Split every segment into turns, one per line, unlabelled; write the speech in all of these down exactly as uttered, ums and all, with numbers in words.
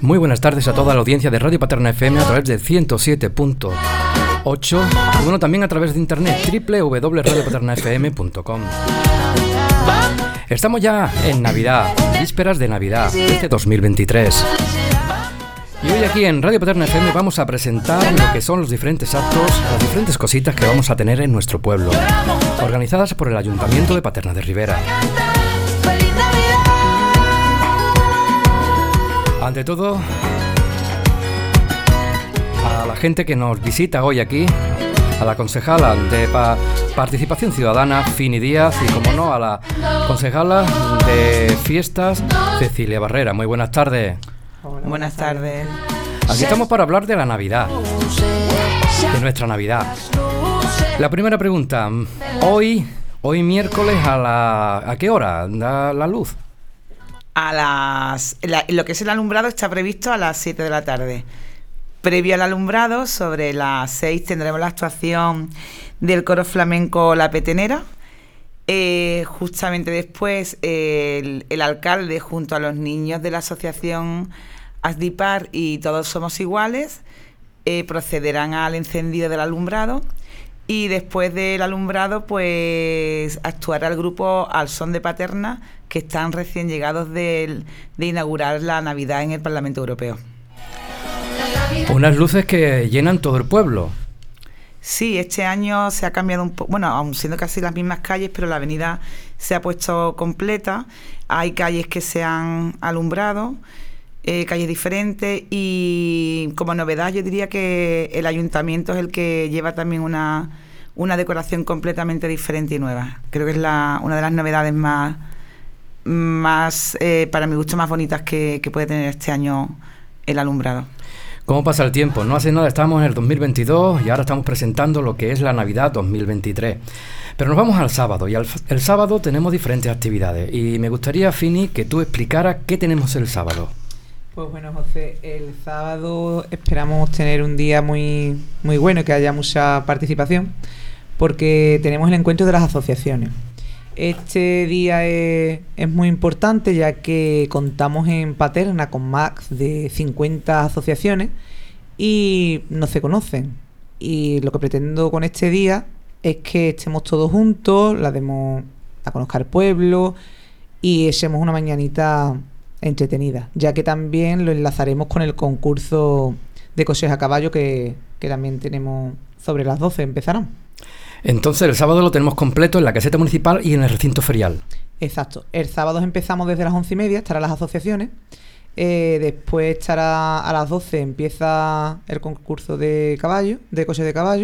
Muy buenas tardes a toda la audiencia de Radio Paterna F M a través de ciento siete punto ocho y bueno, también a través de internet doble u doble u doble u punto radio paterna f m punto com. Estamos ya en Navidad, vísperas de Navidad de este dos mil veintitrés. Y hoy aquí en Radio Paterna F M vamos a presentar lo que son los diferentes actos, las diferentes cositas que vamos a tener en nuestro pueblo, organizadas por el Ayuntamiento de Paterna de Ribera. Ante todo, a la gente que nos visita hoy aquí, a la concejala de pa- Participación Ciudadana, Fini Díaz, y como no, a la concejala de Fiestas, Cecilia Barrera. Muy buenas tardes.
Hola, buenas tardes.
Aquí estamos para hablar de la Navidad, de nuestra Navidad. La primera pregunta, hoy, hoy miércoles, ¿a la a qué hora da la luz?
A las la, lo que es el alumbrado está previsto a las siete de la tarde. Previo al alumbrado, sobre las seis tendremos la actuación del coro flamenco La Petenera. Eh, justamente después eh, el, el alcalde junto a los niños de la asociación Asdipar y Todos Somos Iguales eh, procederán al encendido del alumbrado. Y después del alumbrado, pues actuará el grupo Al Son de Paterna, que están recién llegados de, de inaugurar la Navidad en el Parlamento Europeo.
Unas luces que llenan todo el pueblo.
Sí, este año se ha cambiado un poco, bueno, aun siendo casi las mismas calles, pero la avenida se ha puesto completa. Hay calles que se han alumbrado, eh, calles diferentes, y como novedad yo diría que el ayuntamiento es el que lleva también una, una decoración completamente diferente y nueva. Creo que es la, una de las novedades más, más eh, para mi gusto, más bonitas que, que puede tener este año el alumbrado.
¿Cómo pasa el tiempo? No hace nada, estamos en el dos mil veintidós y ahora estamos presentando lo que es la Navidad dos mil veintitrés. Pero nos vamos al sábado, y al, el sábado tenemos diferentes actividades. Y me gustaría, Fini, que tú explicaras qué tenemos el sábado.
Pues bueno, José, el sábado esperamos tener un día muy, muy bueno, que haya mucha participación, porque tenemos el encuentro de las asociaciones. Este día es, es muy importante, ya que contamos en Paterna con más de cincuenta asociaciones y no se conocen. Y lo que pretendo con este día es que estemos todos juntos, la demos a conocer el pueblo y echemos una mañanita entretenida, ya que también lo enlazaremos con el concurso de coches a caballo que, que también tenemos sobre las doce, empezarán.
Entonces el sábado lo tenemos completo en la caseta municipal y en el recinto ferial.
Exacto, el sábado empezamos desde las once y media, estarán las asociaciones, eh, después estará a las doce, empieza el concurso de caballo, de coches de caballo,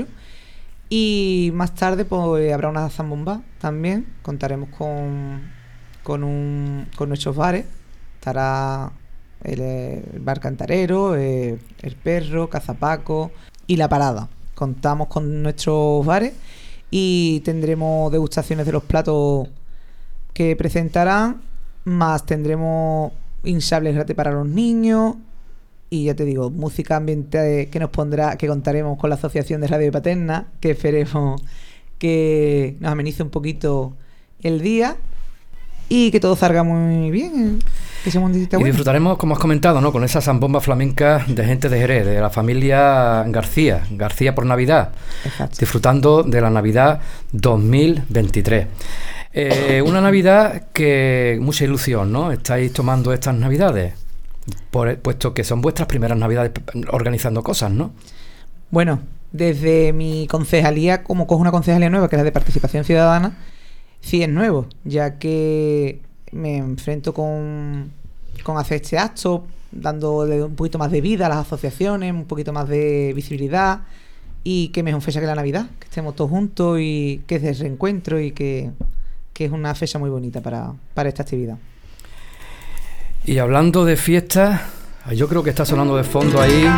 y más tarde pues habrá una zambomba también, contaremos con, con, un, con nuestros bares. Estará el, el bar Cantarero, el, el Perro, Cazapaco y La Parada. Contamos con nuestros bares y tendremos degustaciones de los platos que presentarán, más tendremos hinchables gratis para los niños y ya te digo, música ambiente que nos pondrá, que contaremos con la Asociación de Radio Paterna, que esperemos que nos amenice un poquito el día y que todo salga muy bien. Que sea un día
y
bueno.
disfrutaremos, como has comentado, ¿no?, con esa zambomba flamenca de gente de Jerez, de la familia García, García por Navidad.
Exacto.
Disfrutando de la Navidad dos mil veintitrés. Eh, una Navidad que mucha ilusión, ¿no? Estáis tomando estas Navidades, por, puesto que son vuestras primeras Navidades organizando cosas, ¿no?
Bueno, desde mi concejalía, como cojo una concejalía nueva, que es la de Participación Ciudadana, sí es nuevo, ya que me enfrento con, con hacer este acto, dándole un poquito más de vida a las asociaciones, un poquito más de visibilidad, y que mejor fecha que la Navidad, que estemos todos juntos y que es de reencuentro y que, que es una fecha muy bonita para, para esta actividad.
Y hablando de fiestas, yo creo que está sonando de fondo ahí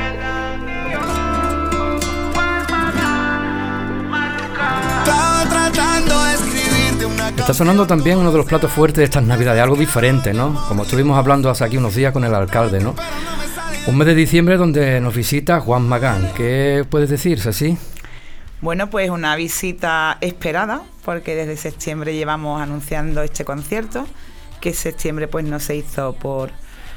está sonando también uno de los platos fuertes de estas Navidades, algo diferente, ¿no? Como estuvimos hablando hace aquí unos días con el alcalde, ¿no? Un mes de diciembre donde nos visita Juan Magán. ¿Qué puedes decir, Ceci?
Bueno, pues una visita esperada, porque desde septiembre llevamos anunciando este concierto, que en septiembre pues no se hizo por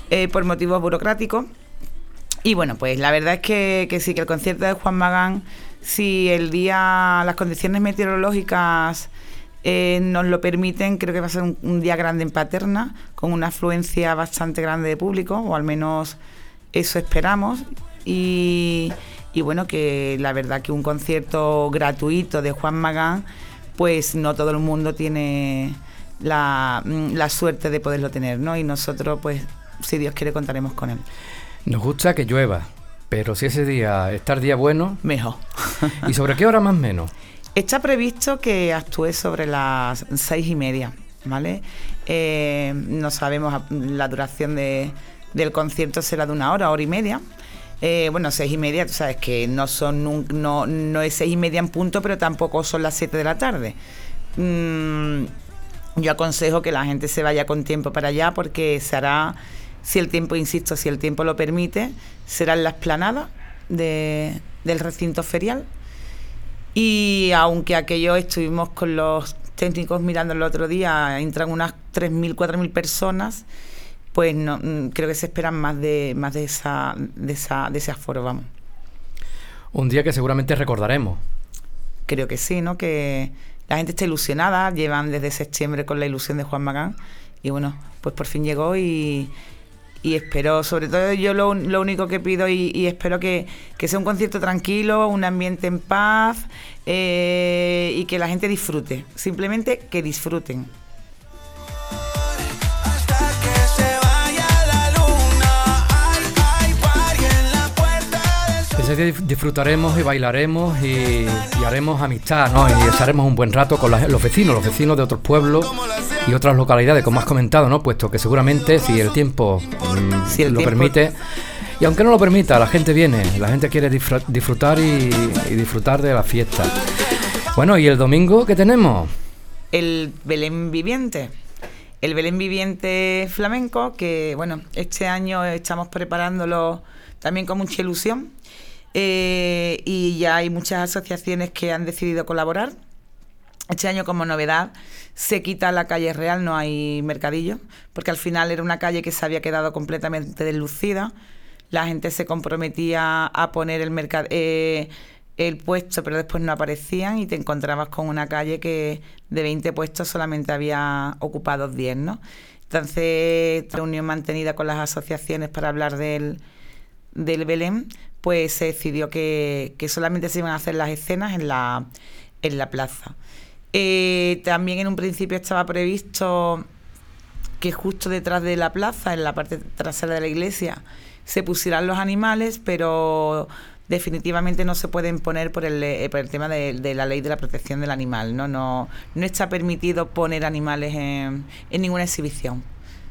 eh, por motivos burocráticos. Y bueno, pues la verdad es que, que sí, que el concierto de Juan Magán, si el día, las condiciones meteorológicas eh, nos lo permiten, creo que va a ser un, un día grande en Paterna, con una afluencia bastante grande de público, o al menos eso esperamos. Y, y bueno, que la verdad que un concierto gratuito de Juan Magán, pues no todo el mundo tiene la, la suerte de poderlo tener, ¿no? Y nosotros, pues, si Dios quiere, contaremos con él.
Nos gusta que llueva, pero si ese día está el día bueno...
Mejor.
¿Y sobre qué hora más o menos?
Está previsto que actúe sobre las seis y media, ¿vale? Eh, no sabemos la duración de, del concierto, será de una hora, hora y media. Eh, bueno, seis y media, tú sabes que no son no, no es seis y media en punto, pero tampoco son las siete de la tarde. Mm, yo aconsejo que la gente se vaya con tiempo para allá, porque se hará... Si el tiempo, insisto, si el tiempo lo permite, será en la explanada de, del recinto ferial. Y aunque aquello estuvimos con los técnicos mirando el otro día, entran unas tres mil, cuatro mil personas, pues no, creo que se esperan más de más de esa, de esa de ese aforo, vamos.
Un día que seguramente recordaremos.
Creo que sí, ¿no? Que la gente está ilusionada, llevan desde septiembre con la ilusión de Juan Magán, y bueno, pues por fin llegó y... Y espero, sobre todo yo lo, lo único que pido y, y espero que, que sea un concierto tranquilo, un ambiente en paz, eh, y que la gente disfrute, simplemente que disfruten.
Ese día disfrutaremos y bailaremos y, y haremos amistad, ¿no? Y estaremos un buen rato con la, los vecinos, los vecinos de otros pueblos y otras localidades, como has comentado, ¿no? Puesto que seguramente, si el tiempo mmm, si el lo tiempo... permite, y aunque no lo permita, la gente viene, la gente quiere disfr- disfrutar y, y disfrutar de la fiesta. Bueno, ¿y el domingo qué tenemos?
El Belén Viviente. El Belén Viviente flamenco, que bueno, este año estamos preparándolo también con mucha ilusión. Eh, y ya hay muchas asociaciones que han decidido colaborar. Este año, como novedad, se quita la calle real, no hay mercadillo, porque al final era una calle que se había quedado completamente deslucida. La gente se comprometía a poner el, mercad- eh, el puesto, pero después no aparecían y te encontrabas con una calle que de veinte puestos solamente había ocupados diez, ¿no? Entonces, reunión mantenida con las asociaciones para hablar del, del Belén, pues se decidió que, que solamente se iban a hacer las escenas en la, en la plaza. Eh, también en un principio estaba previsto que justo detrás de la plaza, en la parte trasera de la iglesia, se pusieran los animales, pero definitivamente no se pueden poner por el, por el tema de, de la ley de la protección del animal, ¿no? No, no está permitido poner animales en, en ninguna exhibición.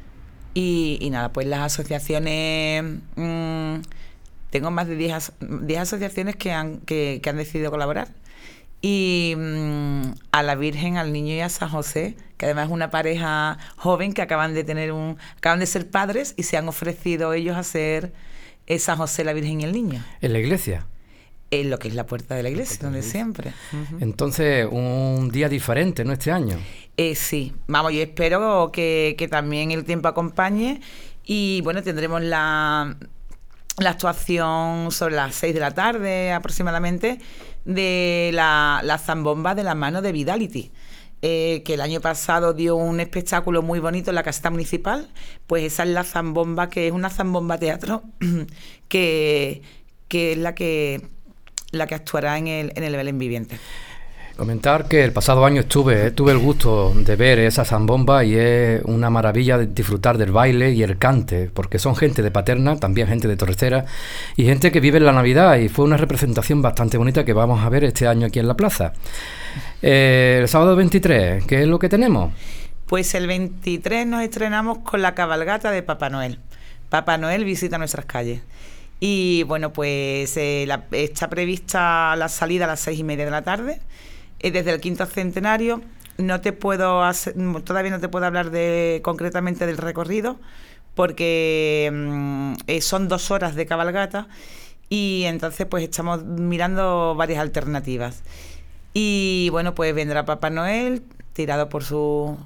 Y, y nada, pues las asociaciones... Mmm, Tengo más de diez asociaciones que han, que, que han decidido colaborar. Y mmm, a la Virgen, al Niño y a San José, que además es una pareja joven que acaban de tener un, acaban de ser padres y se han ofrecido ellos a ser eh, San José, la Virgen y el Niño.
¿En la iglesia?
En lo que es la puerta de la iglesia, donde siempre. Uh-huh.
Entonces, un día diferente, ¿no? Este año.
Eh, sí, vamos, yo espero que, que también el tiempo acompañe y bueno, tendremos la... la actuación sobre las seis de la tarde aproximadamente de la, la zambomba de la mano de Vidality, eh, que el año pasado dio un espectáculo muy bonito en la caseta municipal. Pues esa es la zambomba, que es una zambomba teatro que, que es la que la que actuará en el, en el Belén Viviente.
Comentar que el pasado año estuve, tuve el gusto de ver esa zambomba y es una maravilla de disfrutar del baile y el cante, porque son gente de Paterna, también gente de Torrecera y gente que vive en la Navidad, y fue una representación bastante bonita que vamos a ver este año aquí en la plaza. Eh, el sábado veintitrés, ¿qué es lo que tenemos?
Pues el veintitrés nos estrenamos con la cabalgata de Papá Noel. Papá Noel visita nuestras calles. Y bueno, pues eh, la, está prevista la salida a las seis y media de la tarde. Desde el quinto centenario. No te puedo hacer, todavía no te puedo hablar de concretamente del recorrido, porque mmm, eh, son dos horas de cabalgata y entonces pues estamos mirando varias alternativas. Y bueno, pues vendrá Papá Noel tirado por su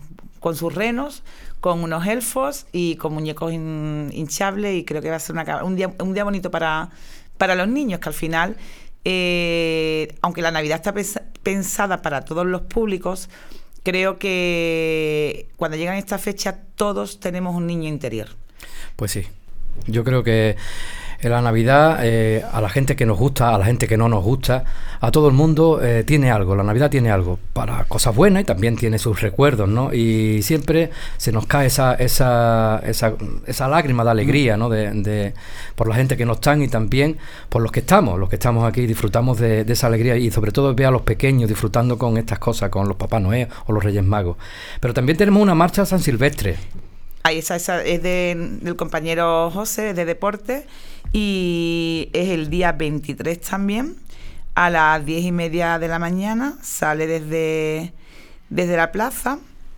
con sus renos, con unos elfos y con muñecos hin, hinchables, y creo que va a ser una, un, día, un día bonito para, para los niños, que al final, eh, aunque la Navidad está pens- pensada para todos los públicos, creo que cuando llegan estas fechas todos tenemos un niño interior.
Pues sí, yo creo que en la Navidad, eh, a la gente que nos gusta, a la gente que no nos gusta, a todo el mundo eh, tiene algo. La Navidad tiene algo para cosas buenas y también tiene sus recuerdos, ¿no? Y siempre se nos cae esa esa esa, esa lágrima de alegría, ¿no? De, de por la gente que no están y también por los que estamos, los que estamos aquí disfrutamos de, de esa alegría, y sobre todo ver a los pequeños disfrutando con estas cosas, con los Papá Noel o los Reyes Magos. Pero también tenemos una marcha a San Silvestre.
Ahí esa, esa es de, del compañero José, de deporte, y es el día veintitrés también, a las diez y media de la mañana, sale desde, desde la plaza,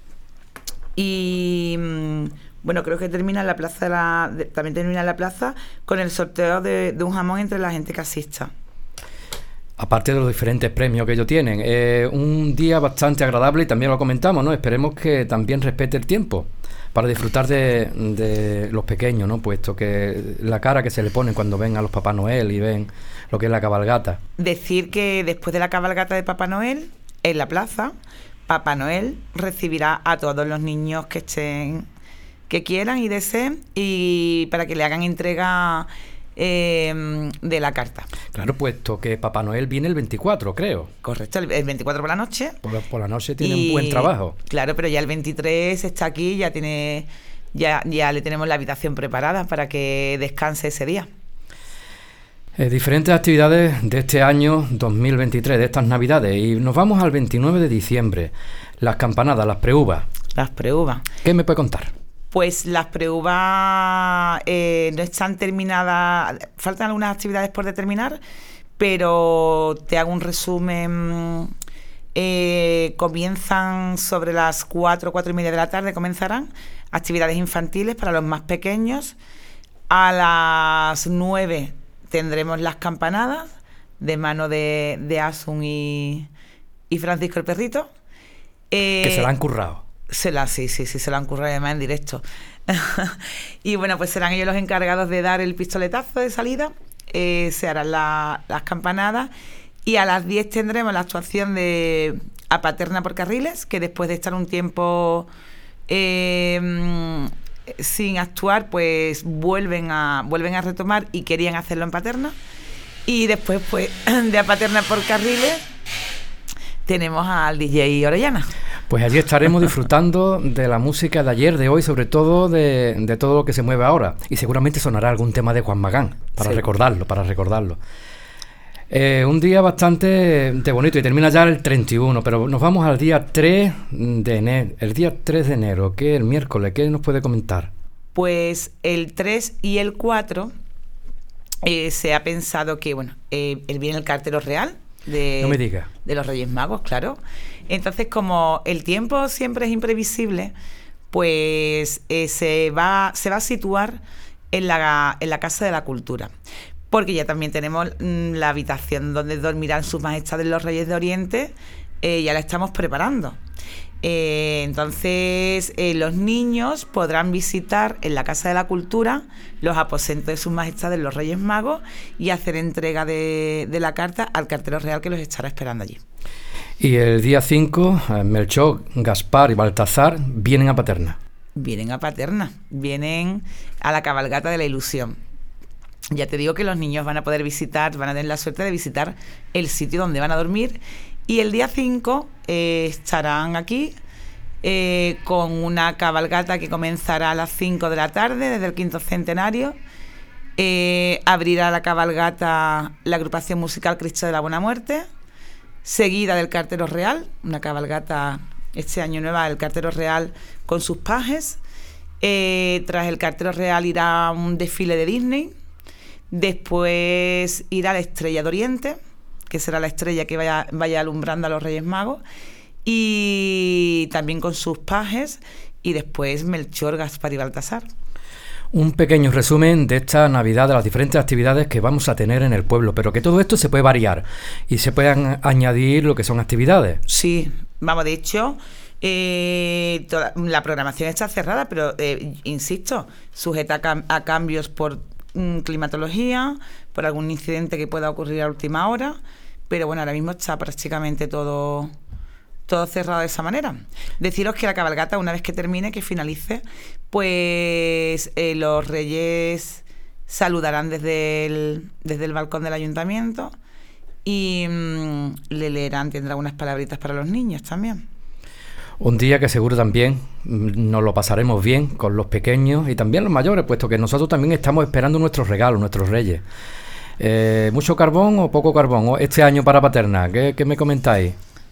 y bueno, creo que termina en la plaza de la, de, también termina en la plaza con el sorteo de, de un jamón entre la gente que asista.
Aparte de los diferentes premios que ellos tienen, eh, un día bastante agradable, y también lo comentamos, ¿no? Esperemos que también respete el tiempo para disfrutar de, de los pequeños, ¿no? Puesto que la cara que se le pone cuando ven a los Papá Noel y ven lo que es la cabalgata.
Decir que después de la cabalgata de Papá Noel, en la plaza, Papá Noel recibirá a todos los niños que estén, que quieran y deseen, y para que le hagan entrega eh, de la carta.
Claro, puesto que Papá Noel viene el veinticuatro, creo.
Correcto, el veinticuatro por la noche.
Por la, por la noche tiene
y,
un buen trabajo.
Claro, pero ya el veintitrés está aquí, ya tiene, ya, ya le tenemos la habitación preparada para que descanse ese día.
Eh, diferentes actividades de este año dos mil veintitrés, de estas Navidades, y nos vamos al veintinueve de diciembre. Las campanadas, las preuvas.
Las preuvas.
¿Qué me puede contar?
Pues las preuvas eh, no están terminadas, faltan algunas actividades por determinar, pero te hago un resumen. Eh, comienzan sobre las cuatro, cuatro y media de la tarde, comenzarán actividades infantiles para los más pequeños. A las nueve tendremos las campanadas de mano de, de Asun y, y Francisco el Perrito. Eh,
que se la han currado.
Se la, sí, sí, sí, se la han currado además en directo. Y bueno, pues serán ellos los encargados de dar el pistoletazo de salida. Eh, se harán la, las campanadas. Y a las diez tendremos la actuación de A Paterna por Carriles, que después de estar un tiempo eh, sin actuar, pues vuelven a, vuelven a retomar y querían hacerlo en Paterna. Y después, pues, de A Paterna por Carriles, tenemos al D J Orellana.
Pues allí estaremos disfrutando de la música de ayer, de hoy, sobre todo de, de todo lo que se mueve ahora. Y seguramente sonará algún tema de Juan Magán, para sí. recordarlo, para recordarlo. Eh, un día bastante de bonito, y termina ya el treinta y uno, pero nos vamos al día tres de enero. El día tres de enero, que es el miércoles, ¿qué nos puede comentar?
Pues el tres y el cuatro eh, se ha pensado que, bueno, eh, viene el cartero real. De,
no me diga.
De los Reyes Magos, claro. Entonces, como el tiempo siempre es imprevisible, pues eh, se va se va a situar en la, en la Casa de la Cultura, porque ya también tenemos mmm, la habitación donde dormirán sus majestades los Reyes de Oriente, eh, ya la estamos preparando. Eh, entonces, eh, los niños podrán visitar en la Casa de la Cultura los aposentos de sus majestades los Reyes Magos y hacer entrega de, de la carta al cartero real que los estará esperando allí.
Y el día cinco, Melchor, Gaspar y Baltasar vienen a Paterna.
Vienen a Paterna, vienen a la cabalgata de la ilusión. Ya te digo que los niños van a poder visitar, van a tener la suerte de visitar el sitio donde van a dormir. Y el día cinco eh, estarán aquí eh, con una cabalgata que comenzará a las cinco de la tarde desde el quinto centenario. Eh, abrirá la cabalgata la agrupación musical Cristo de la Buena Muerte, seguida del cartero real, una cabalgata este año nueva del cartero real con sus pajes. Eh, tras el cartero real irá un desfile de Disney. Después irá la Estrella de Oriente, que será la estrella que vaya, vaya alumbrando a los Reyes Magos, y también con sus pajes, y después Melchor, Gaspar y Baltasar.
Un pequeño resumen de esta Navidad, de las diferentes actividades que vamos a tener en el pueblo, pero que todo esto se puede variar y se pueden añadir lo que son actividades.
Sí, vamos, de hecho, Eh, toda, la programación está cerrada, pero eh, insisto, sujeta a, cam- a cambios por mm, climatología, por algún incidente que pueda ocurrir a última hora, pero bueno, ahora mismo está prácticamente todo, todo cerrado de esa manera. Deciros que la cabalgata, una vez que termine, que finalice, pues eh, los reyes saludarán desde el, desde el balcón del ayuntamiento y mmm, le leerán, tendrá unas palabritas para los niños también.
Un día que seguro también nos lo pasaremos bien con los pequeños y también los mayores, puesto que nosotros también estamos esperando nuestros regalos, nuestros reyes. Eh, ¿Mucho carbón o poco carbón este año para Paterna? ¿Qué, qué me comentáis?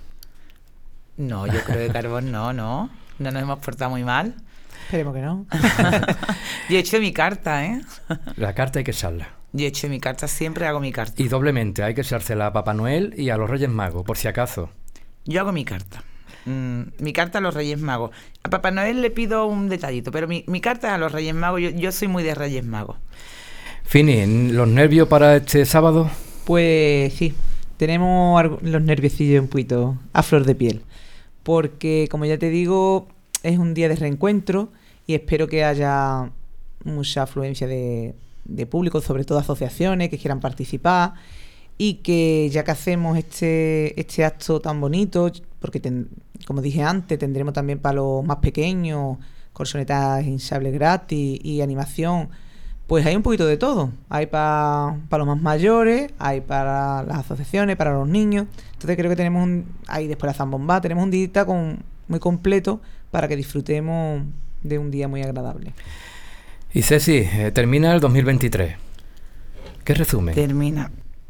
No, yo creo que carbón no, no. No nos hemos portado muy mal.
Esperemos que no.
Yo he hecho mi carta, ¿eh?
La carta hay que echarla.
Yo he hecho mi carta, siempre hago mi carta.
Y doblemente, hay que echársela a Papá Noel y a los Reyes Magos, por si acaso.
Yo hago mi carta. Mm, mi carta a los Reyes Magos. A Papá Noel le pido un detallito, pero mi, mi carta a los Reyes Magos, yo, yo soy muy de Reyes Magos.
Fini, ¿los nervios para este sábado?
Pues sí, tenemos algo- los nerviecillos un poquito a flor de piel. Porque, como ya te digo, es un día de reencuentro y espero que haya mucha afluencia de, de público, sobre todo asociaciones que quieran participar, y que ya que hacemos este, este acto tan bonito, porque ten- como dije antes, tendremos también para los más pequeños colchonetas hinchables gratis y animación, pues hay un poquito de todo. Hay para los más mayores, hay para las asociaciones, para los niños. Entonces creo que tenemos un, ahí después la zambomba, tenemos un día con, muy completo para que disfrutemos de un día muy agradable.
Y Ceci, eh, termina el dos mil veintitrés. ¿Qué resumen?
Termina.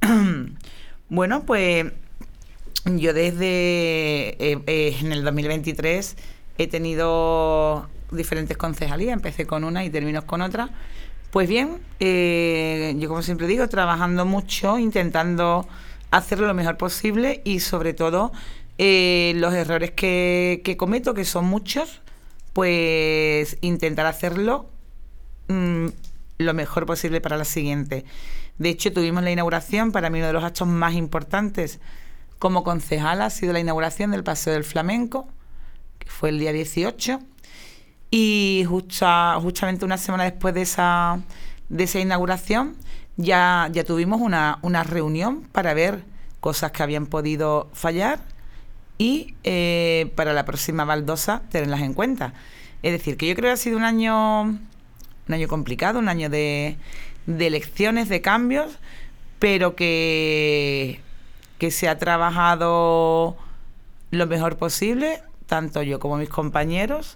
Bueno, pues yo desde eh, eh, en el dos mil veintitrés he tenido diferentes concejalías, empecé con una y termino con otra. Pues bien, eh, yo como siempre digo, trabajando mucho, intentando hacerlo lo mejor posible y sobre todo eh, los errores que, que cometo, que son muchos, pues intentar hacerlo mm, lo mejor posible para la siguiente. De hecho, tuvimos la inauguración, para mí uno de los actos más importantes como concejala ha sido la inauguración del Paseo del Flamenco, que fue el día dieciocho, y justa, justamente una semana después de esa, de esa inauguración ya, ya tuvimos una, una reunión para ver cosas que habían podido fallar y eh, para la próxima baldosa tenerlas en cuenta. Es decir, que yo creo que ha sido un año, un año complicado, un año de, de elecciones, de cambios, pero que, que se ha trabajado lo mejor posible, tanto yo como mis compañeros,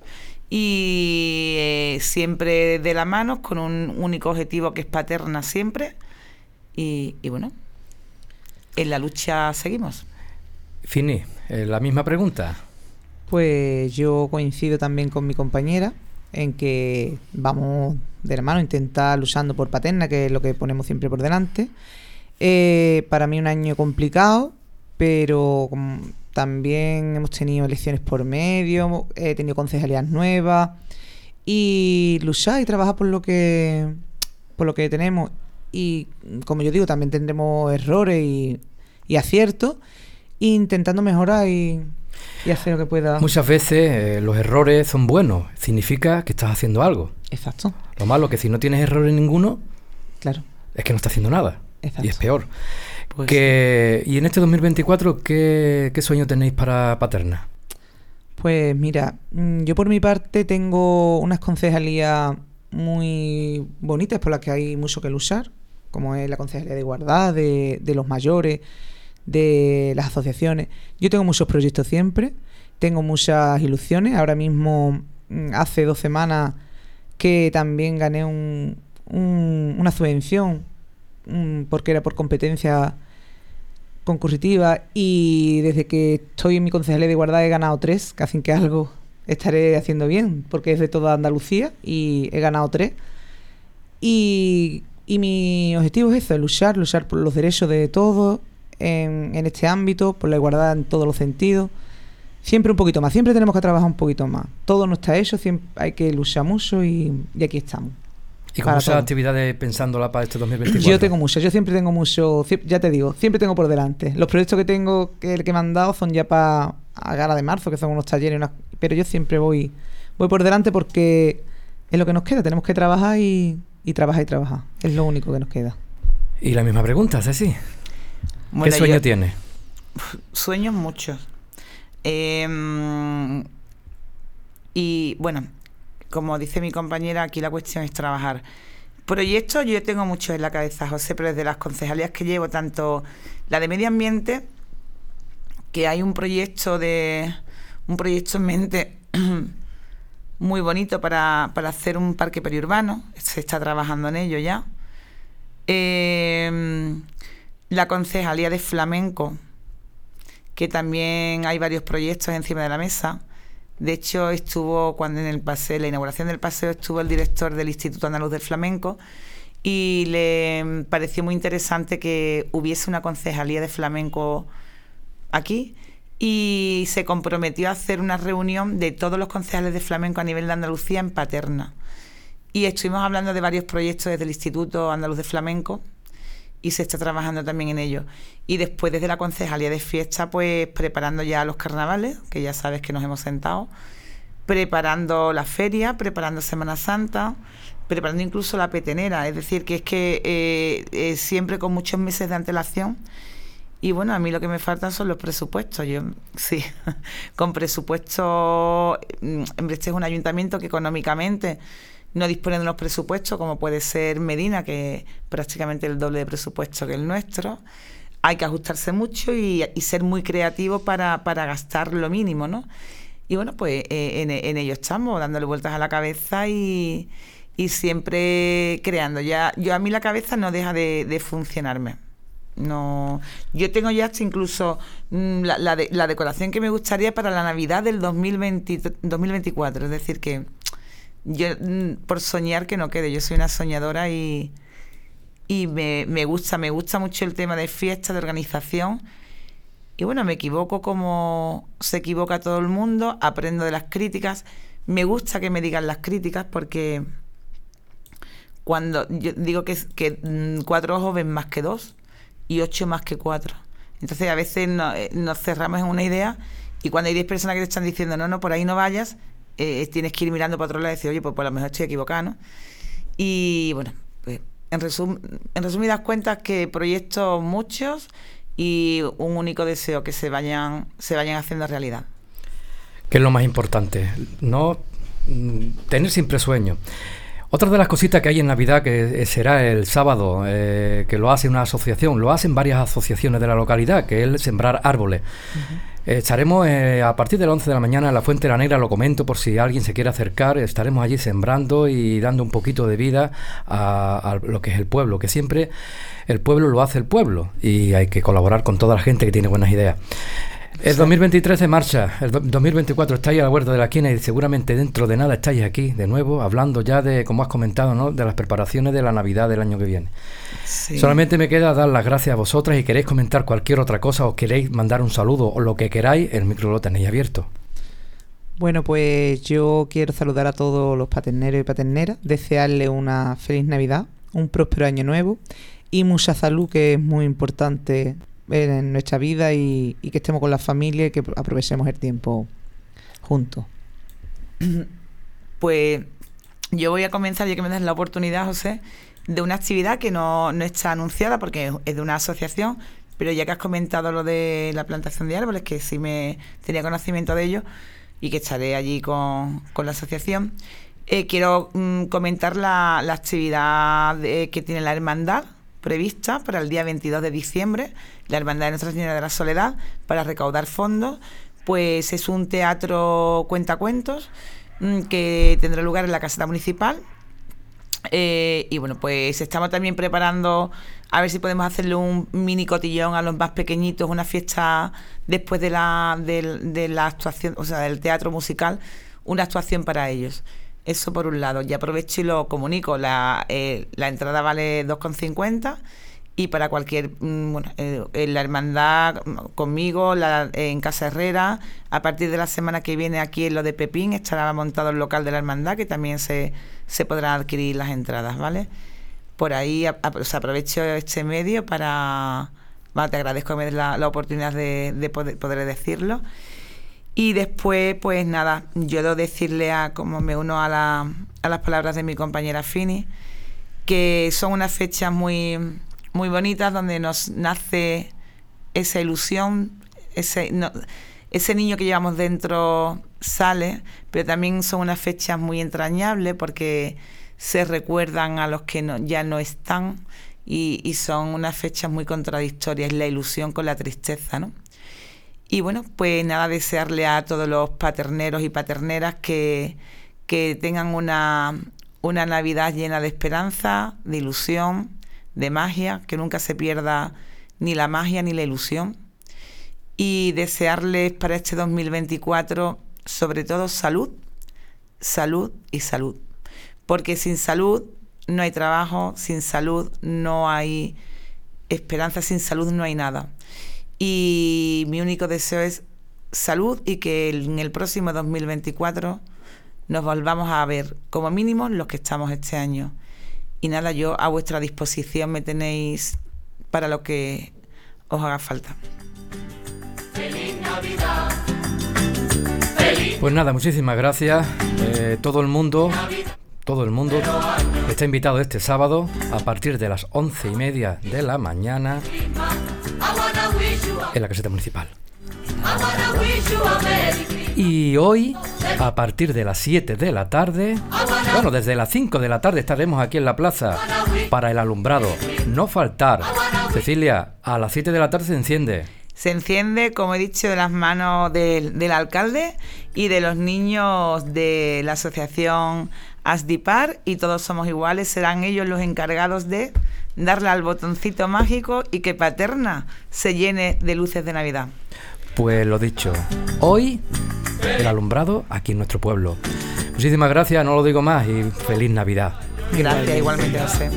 y eh, siempre de la mano, con un único objetivo que es Paterna siempre, y, y bueno, en la lucha seguimos.
Fini, eh, la misma pregunta.
Pues yo coincido también con mi compañera en que vamos de la mano a intentar luchando por Paterna, que es lo que ponemos siempre por delante. Eh, para mí un año complicado, pero como también hemos tenido elecciones por medio, he tenido concejalías nuevas y luchar y trabajar por lo que por lo que tenemos. Y como yo digo, también tendremos errores y, y aciertos, intentando mejorar y, y hacer lo que pueda.
Muchas veces eh, los errores son buenos, significa que estás haciendo algo.
Exacto.
Lo malo es que si no tienes errores ninguno,
Claro.
es que no estás haciendo nada.
Exacto.
Y es peor.
Pues
que, y en este dos mil veinticuatro, ¿qué, qué sueño tenéis para Paterna?
Pues mira, mm, yo por mi parte tengo unas concejalías muy bonitas por las que hay mucho que luchar, como es la concejalía de igualdad, de, de los mayores, de las asociaciones. Yo tengo muchos proyectos siempre, tengo muchas ilusiones. Ahora mismo, mm, hace dos semanas que también gané un, un- una subvención, mm, porque era por competencia concursiva, y desde que estoy en mi concejalía de igualdad he ganado tres, que hacen que algo estaré haciendo bien, porque es de toda Andalucía y he ganado tres. Y, y mi objetivo es eso, luchar, luchar por los derechos de todos en, en este ámbito, por la igualdad en todos los sentidos. Siempre un poquito más, siempre tenemos que trabajar un poquito más. Todo no está hecho, siempre hay que luchar mucho y, y aquí estamos.
¿Y con
Para
muchas
todo.
actividades pensándola para este dos mil veinticuatro?
Yo tengo muchas, yo siempre tengo mucho, sie- ya te digo, siempre tengo por delante. Los proyectos que tengo, que, que me han dado, son ya para a gala de marzo, que son unos talleres, unas, pero yo siempre voy, voy por delante porque es lo que nos queda. Tenemos que trabajar y, y trabajar y trabajar. Es lo único que nos queda.
Y la misma pregunta, Ceci.
Bueno,
¿Qué sueño
yo,
tienes?
Sueños muchos. Eh, y bueno, como dice mi compañera, aquí la cuestión es trabajar. Proyectos yo tengo muchos en la cabeza, José, pero desde las concejalías que llevo, tanto la de medio ambiente, que hay un proyecto de un proyecto en mente muy bonito para, para hacer un parque periurbano, se está trabajando en ello ya. Eh, la concejalía de flamenco, que también hay varios proyectos encima de la mesa. De hecho, estuvo cuando en el paseo, la inauguración del paseo, estuvo el director del Instituto Andaluz del Flamenco y le pareció muy interesante que hubiese una concejalía de flamenco aquí, y se comprometió a hacer una reunión de todos los concejales de flamenco a nivel de Andalucía en Paterna. Y estuvimos hablando de varios proyectos desde el Instituto Andaluz de Flamenco y se está trabajando también en ello. Y después desde la concejalía de fiesta, pues preparando ya los carnavales, que ya sabes que nos hemos sentado, preparando la feria, preparando Semana Santa, preparando incluso la petenera. Es decir, que es que eh, eh, siempre con muchos meses de antelación. Y bueno, a mí lo que me faltan son los presupuestos. Yo, sí, con presupuestos, este es un ayuntamiento que económicamente no dispone de unos presupuestos, como puede ser Medina, que es prácticamente el doble de presupuesto que el nuestro. Hay que ajustarse mucho y, y ser muy creativo para, para gastar lo mínimo, ¿no? Y bueno, pues eh, en, en ello estamos, dándole vueltas a la cabeza y, y siempre creando. Ya, yo a mí la cabeza no deja de, de funcionarme. No, yo tengo ya hasta incluso mmm, la, la, de, la decoración que me gustaría para la Navidad del dos mil veinte, dos mil veinticuatro. Es decir, que yo, mmm, por soñar que no quede, yo soy una soñadora y, y me, me gusta, me gusta mucho el tema de fiesta, de organización. Y bueno, me equivoco como se equivoca todo el mundo, aprendo de las críticas. Me gusta que me digan las críticas porque cuando yo digo que, que mmm, cuatro ojos ven más que dos y ocho más que cuatro. Entonces a veces no, eh, nos cerramos en una idea y cuando hay diez personas que te están diciendo no, no, por ahí no vayas, eh, tienes que ir mirando para otro lado y decir, oye, pues, pues a lo mejor estoy equivocada, ¿no? Y bueno, pues en, resum en resumidas cuentas, que proyectos muchos y un único deseo, que se vayan, se vayan haciendo realidad.
¿Qué es lo más importante? No tener siempre sueños. Otra de las cositas que hay en Navidad, que será el sábado, eh, que lo hace una asociación, lo hacen varias asociaciones de la localidad, que es sembrar árboles. Uh-huh. eh, estaremos eh, a partir de las once de la mañana en la Fuente de la Negra, lo comento por si alguien se quiere acercar, estaremos allí sembrando y dando un poquito de vida a, a lo que es el pueblo, que siempre el pueblo lo hace el pueblo y hay que colaborar con toda la gente que tiene buenas ideas. El dos mil veintitrés de marcha, el dos mil veinticuatro estáis a la huerta de la esquina y seguramente dentro de nada estáis aquí de nuevo hablando ya de, como has comentado, ¿no?, de las preparaciones de la Navidad del año que viene. Sí. Solamente me queda dar las gracias a vosotras y queréis comentar cualquier otra cosa o queréis mandar un saludo o lo que queráis, el micro lo tenéis abierto.
Bueno, pues yo quiero saludar a todos los paterneros y paterneras, desearles una feliz Navidad, un próspero año nuevo y mucha salud, que es muy importante en nuestra vida, y, y que estemos con la familia y que aprovechemos el tiempo juntos.
Pues yo voy a comenzar, ya que me das la oportunidad, José, de una actividad que no, no está anunciada porque es de una asociación, pero ya que has comentado lo de la plantación de árboles, que sí me tenía conocimiento de ello y que estaré allí con, con la asociación, eh, quiero mm, comentar la, la actividad de, que tiene la hermandad prevista para el día veintidós de diciembre, la Hermandad de Nuestra Señora de la Soledad, para recaudar fondos. Pues es un teatro cuentacuentos mmm, que tendrá lugar en la caseta municipal. Eh, y bueno, pues estamos también preparando a ver si podemos hacerle un mini cotillón a los más pequeñitos, una fiesta después de la, de, de la actuación, o sea, del teatro musical, una actuación para ellos. Eso por un lado. Y aprovecho y lo comunico. La, eh, la entrada vale dos con cincuenta y para cualquier, mmm, bueno, eh, en la hermandad, conmigo, la, eh, en Casa Herrera, a partir de la semana que viene aquí en lo de Pepín estará montado el local de la hermandad, que también se, se podrán adquirir las entradas, ¿vale? Por ahí a, a, o sea, aprovecho este medio para... Bueno, te agradezco que me des la, la oportunidad de, de poder, poder decirlo. Y después, pues nada, yo debo decirle, a como me uno a, la, a las palabras de mi compañera Fini, que son unas fechas muy, muy bonitas donde nos nace esa ilusión, ese, no, ese niño que llevamos dentro sale, pero también son unas fechas muy entrañables porque se recuerdan a los que no, ya no están y, y son unas fechas muy contradictorias, la ilusión con la tristeza, ¿no? Y bueno, pues nada, desearle a todos los paterneros y paterneras que, que tengan una, una Navidad llena de esperanza, de ilusión, de magia, que nunca se pierda ni la magia ni la ilusión. Y desearles para este dos mil veinticuatro, sobre todo, salud, salud y salud. Porque sin salud no hay trabajo, sin salud no hay esperanza, sin salud no hay nada. Y mi único deseo es salud y que en el próximo dos mil veinticuatro nos volvamos a ver como mínimo los que estamos este año. Y nada, yo a vuestra disposición me tenéis para lo que os haga falta.
Feliz Navidad. Feliz.
Pues nada, muchísimas gracias. Eh, todo el mundo, todo el mundo está invitado este sábado a partir de las once y media de la mañana en la caseta municipal. Y hoy, a partir de las siete de la tarde, bueno, desde las cinco de la tarde estaremos aquí en la plaza para el alumbrado. No faltar. Cecilia, a las siete de la tarde se enciende.
Se enciende, como he dicho, de las manos del, del alcalde y de los niños de la asociación Asdipar, y Todos Somos Iguales. Serán ellos los encargados de darle al botoncito mágico y que Paterna se llene de luces de Navidad.
Pues lo dicho, hoy el alumbrado aquí en nuestro pueblo. Muchísimas gracias, no lo digo más, y feliz Navidad.
Gracias, igualmente, José.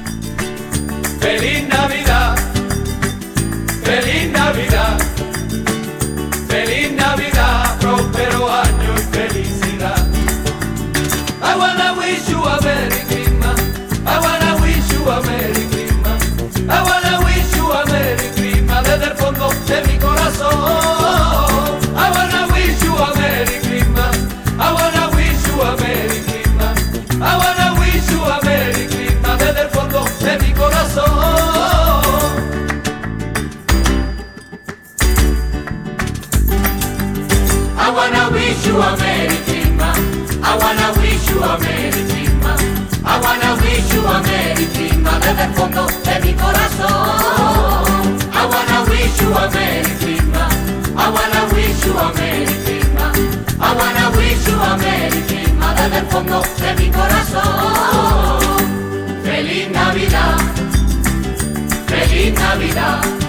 Feliz Navidad. Feliz Navidad. Feliz Navidad. Próspero año y felicidad. I wanna wish you a Merry Christmas. I wanna wish you a Merry Christmas. I wanna wish you a Merry Christmas desde el fondo de mi corazón. I wanna wish you a Merry Christmas. I wanna wish you a Merry Christmas. I wanna wish you a Merry Christmas desde el fondo de mi corazón. I wanna wish you a Merry Christmas. I wanna wish you a Merry Christmas. I wanna wish you a Merry Christmas desde el fondo de mi corazón. I wanna wish you a Merry Christmas. I wanna wish you a Merry Christmas. I wanna wish you a Merry Christmas desde el fondo de mi corazón. Feliz Navidad. Feliz Navidad.